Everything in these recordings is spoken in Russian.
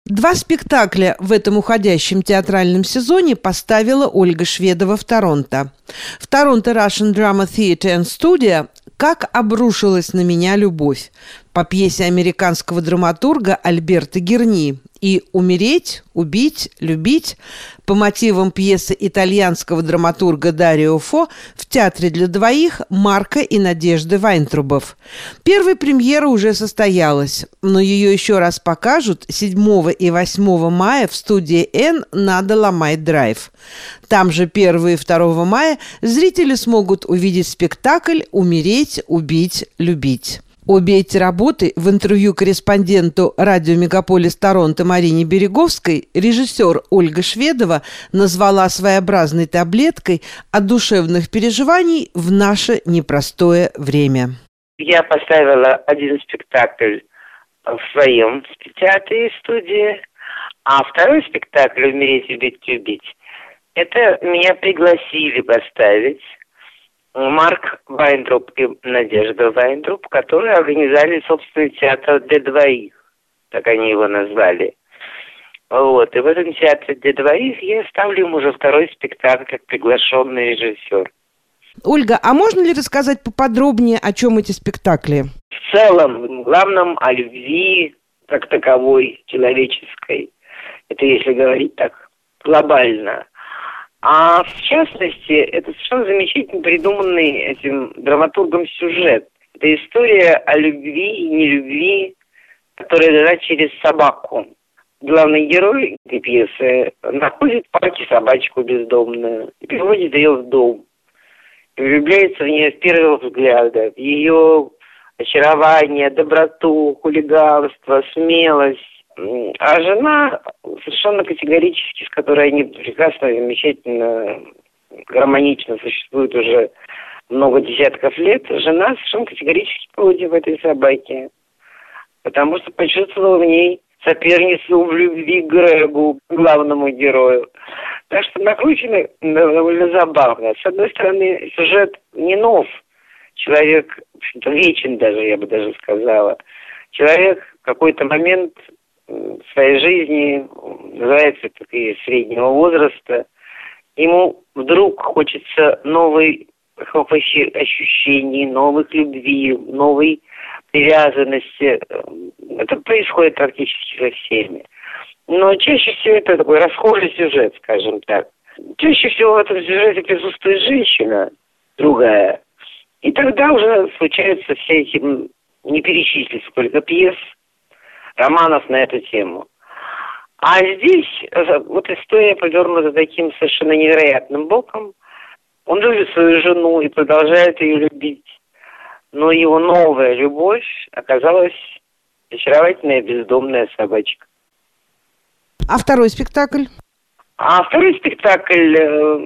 2 спектакля в этом уходящем театральном сезоне поставила Ольга Шведова в Торонто. В Торонто Russian Drama Theatre and Studio «Как обрушилась на меня любовь» по пьесе американского драматурга Альберто Герни и «Умереть, убить, любить» по мотивам пьесы итальянского драматурга Дарио Фо в театре для двоих Марка и Надежды Вайнтрубов. Первая премьера уже состоялась, но ее еще раз покажут 7 и 8 мая в студии «Н» на Доломайт-драйв. Там же 1 и 2 мая зрители смогут увидеть спектакль «Умереть, убить, любить». Обе эти работы в интервью корреспонденту радио «Мегаполис Торонто» Марине Береговской режиссер Ольга Шведова назвала своеобразной таблеткой от душевных переживаний в наше непростое время. Я поставила один спектакль в своем театре и студии, а второй спектакль «Умереть, убить, любить» это меня пригласили поставить Марк Вайнтруб и Надежда Вайнтруб, которые организовали собственный театр для двоих, так они его назвали. Вот. И в этом театре для двоих я ставлю им уже второй спектакль как приглашенный режиссер. Ольга, а можно ли рассказать поподробнее, о чем эти спектакли? В целом, в главном о любви как таковой, человеческой. Это если говорить так глобально. А в частности, это совершенно замечательно придуманный этим драматургом сюжет. Это история о любви и нелюбви, которая дана через собаку. Главный герой этой пьесы находит в парке собачку бездомную и приводит ее в дом. И влюбляется в нее с первого взгляда, в ее очарование, доброту, хулиганство, смелость. А жена совершенно категорически, с которой они прекрасно, замечательно, гармонично существуют уже много десятков лет, жена совершенно категорически против этой собаки. Потому что почувствовала в ней соперницу в любви к Грегу, главному герою. Так что накручено довольно забавно. С одной стороны, сюжет не нов. Человек, в общем-то, вечен даже, я бы даже сказала. Человек в какой-то момент в своей жизни, называется такие среднего возраста, ему вдруг хочется новых ощущений, новых любви, новой привязанности. Это происходит практически со всеми. Но чаще всего это такой расхожий сюжет, скажем так. Чаще всего в этом сюжете присутствует женщина, другая. И тогда уже случаются все эти, не перечислить сколько пьес, романов на эту тему. А здесь вот история повернута таким совершенно невероятным боком. Он любит свою жену и продолжает ее любить. Но его новая любовь оказалась очаровательная бездомная собачка. А второй спектакль? А второй спектакль,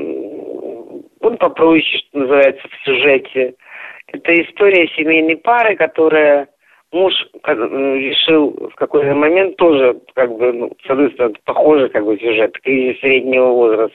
он попроще, что называется, в сюжете. Это история семейной пары, которая муж решил в какой-то момент тоже, как бы, с одной стороны, похожий как бы сюжет, кризис среднего возраста.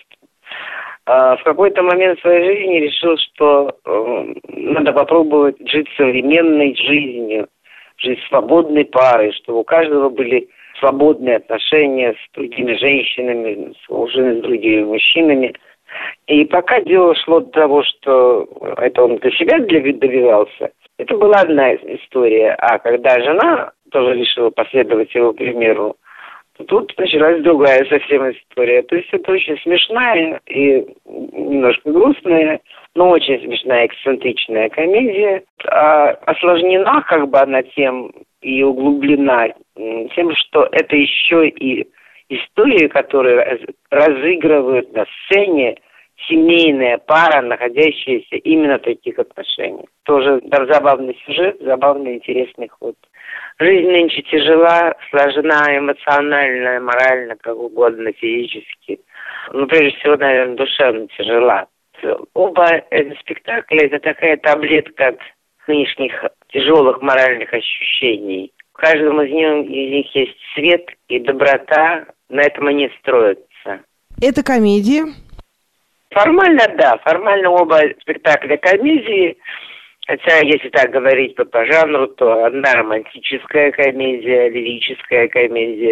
В какой-то момент в своей жизни решил, что надо попробовать жить современной жизнью, жить свободной парой, чтобы у каждого были свободные отношения с другими женщинами, с другими мужчинами. И пока дело шло до того, что это он для себя добивался, это была одна история. А когда жена тоже решила последовать его примеру, то тут началась другая совсем история. То есть это очень смешная и немножко грустная, но очень смешная, эксцентричная комедия. Осложнена как бы она тем и углублена тем, что это еще и истории, которые разыгрывают на сцене семейная пара, находящаяся именно в таких отношениях. Тоже забавный сюжет, забавный, интересный ход. Жизнь нынче тяжела, сложна эмоционально, морально, как угодно, физически. Но прежде всего, наверное, душевно тяжела. Оба эти спектакля – это такая таблетка от нынешних тяжелых моральных ощущений. В каждом из них есть свет и доброта, на этом они строятся. Это комедия? Формально, да. Формально оба спектакля комедии. Хотя, если так говорить по жанру, то одна романтическая комедия, лирическая комедия,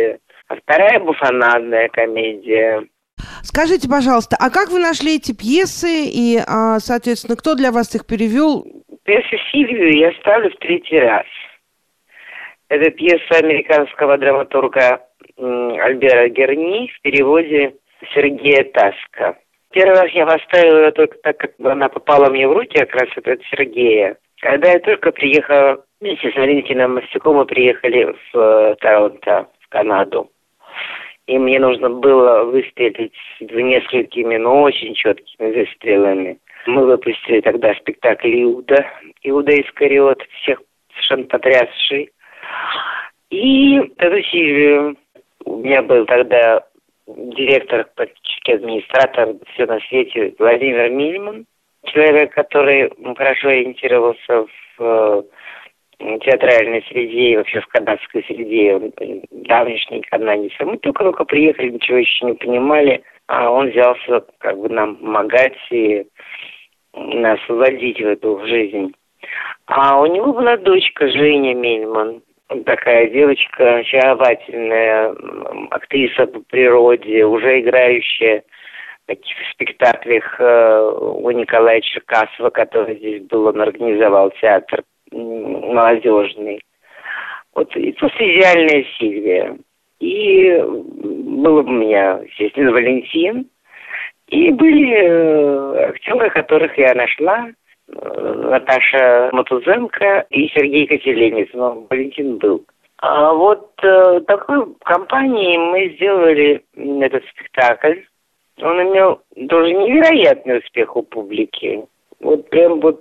А вторая буфонадная комедия. Скажите, пожалуйста, а как вы нашли эти пьесы и, соответственно, кто для вас их перевел? Пьесу «Сильвию» я ставлю в 3-й раз. Это пьеса американского драматурга Альбера Герни в переводе Сергея Таска. Первый раз я поставила ее только так, как она попала мне в руки, как раз от Сергея. Когда я только приехала вместе с Валентином Мостяком, мы приехали в Торонто, в Канаду. И мне нужно было выстрелить несколькими, но очень четкими выстрелами. Мы выпустили тогда спектакль «Иуда Искариот», всех совершенно потрясший. И эту Сильвию, у меня был тогда директор, практически администратор, все на свете, Владимир Мильман, человек, который хорошо ориентировался в театральной среде и вообще в канадской среде, он давнишний канадец. Мы только приехали, ничего еще не понимали, а он взялся как бы нам помогать и нас вводить в эту жизнь. А у него была дочка Женя Мильман, такая девочка очаровательная, актриса по природе, уже играющая в таких спектаклях у Николая Черкасова, который здесь был, он организовал театр молодежный. Вот, и просто идеальная Сильвия. И был у меня, естественно, Валентин. И были актеры, которых я нашла. Наташа Матузенко и Сергей Котеленец. Но Валентин был. А вот такой компанией мы сделали этот спектакль. Он имел тоже невероятный успех у публики. Вот прям вот...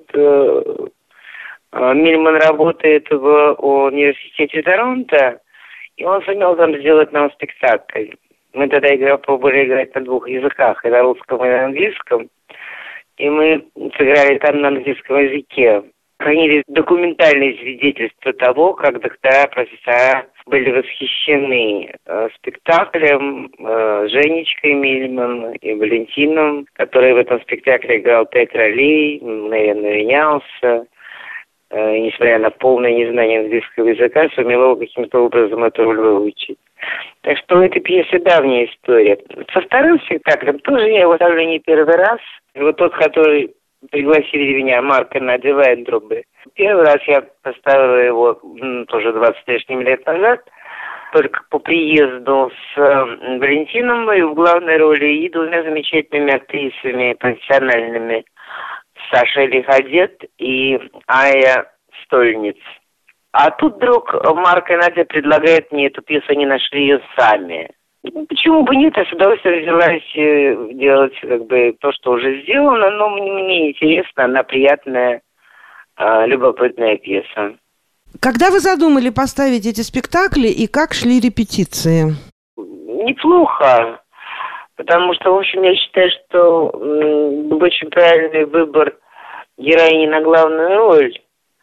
Мильман работает в университете Торонто, и он сумел там сделать нам спектакль. Мы тогда пробовали играть на 2 языках, и на русском, и на английском. И мы сыграли там на английском языке. Хранились документальные свидетельства того, как доктора, профессора были восхищены спектаклем, Женечкой Мильман и Валентином, который в этом спектакле играл 5 ролей, мгновенно менялся. Несмотря на полное незнание английского языка, сумел его каким-то образом эту роль выучить. Так что у этой пьесы давняя история. Со вторым спектаклем тоже я его ставлю не первый раз. Вот тот, который пригласили меня, Марк и Надя Вайнтрубы. Первый раз я поставила его тоже 20 с лишним лет назад, только по приезду с Валентином в главной роли и 2 замечательными актрисами профессиональными. Саша Лиходет и Ая Стольниц. А тут вдруг Марк и Надя предлагают мне эту пьесу, они нашли ее сами. Ну, почему бы нет, я с удовольствием взялась делать как бы то, что уже сделано, но мне интересно, она приятная, любопытная пьеса. Когда вы задумали поставить эти спектакли и как шли репетиции? Неплохо. Потому что, в общем, я считаю, что очень правильный выбор героини на главную роль,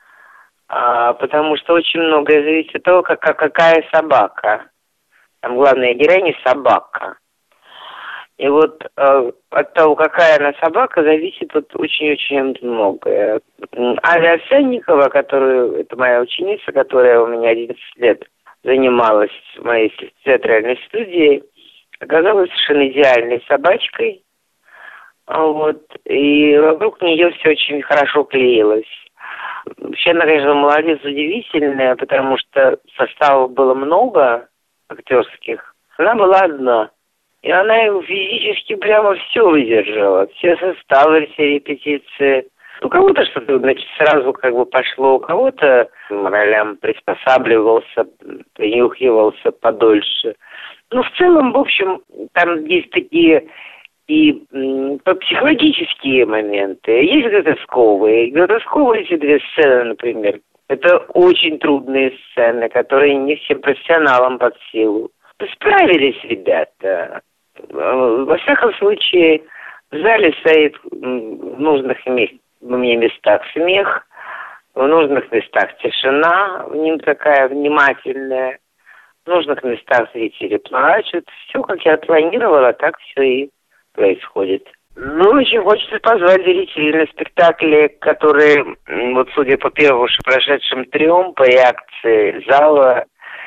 потому что очень многое зависит от того, какая собака. Там главная героиня – собака. И вот от того, какая она собака, зависит вот очень-очень многое. Аля Овсянникова, это моя ученица, которая у меня 11 лет занималась в моей театральной студии, оказалась совершенно идеальной собачкой. Вот. И вокруг нее все очень хорошо клеилось. Вообще, она, конечно, молодец, удивительная, потому что составов было много актерских. Она была одна. И она физически прямо все выдержала. Все составы, все репетиции. У кого-то что-то, значит, сразу как бы пошло, у кого-то ролям приспосабливался, принюхивался подольше. Ну, в целом, в общем, там есть такие и психологические моменты. Есть гротесковые. Гротесковые эти 2 сцены, например. Это очень трудные сцены, которые не всем профессионалам под силу. Справились ребята. Во всяком случае, в зале стоит в нужных мне местах смех, в нужных местах тишина, в нем такая внимательная. В нужных местах зрители плачут. Все, как я планировала, так все и происходит. Ну, очень хочется позвать зрителей на спектакли, которые, вот судя по прошедшим 3 по реакции зала,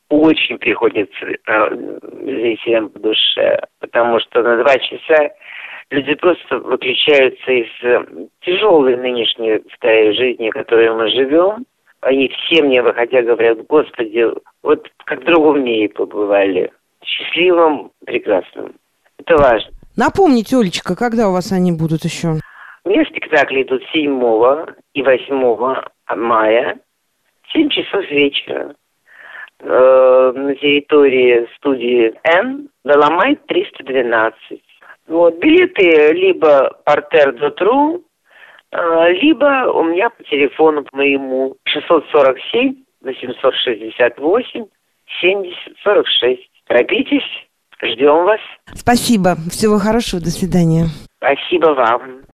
очень приходится зрителям по душе, потому что на 2 часа люди просто выключаются из тяжелой нынешней своей жизни, в которой мы живем. Они все мне, выходя, говорят: Господи, вот как в другом мире побывали. Счастливым, прекрасным. Это важно. Напомните, Олечка, когда у вас они будут еще? У меня спектакли идут 7 и 8 мая в 7 часов вечера на территории студии Н, Доломайт 312. Вот, билеты либо Parterre.ru, либо у меня по телефону по моему 647 868 70 46. Торопитесь, ждем вас. Спасибо. Всего хорошего. До свидания. Спасибо вам.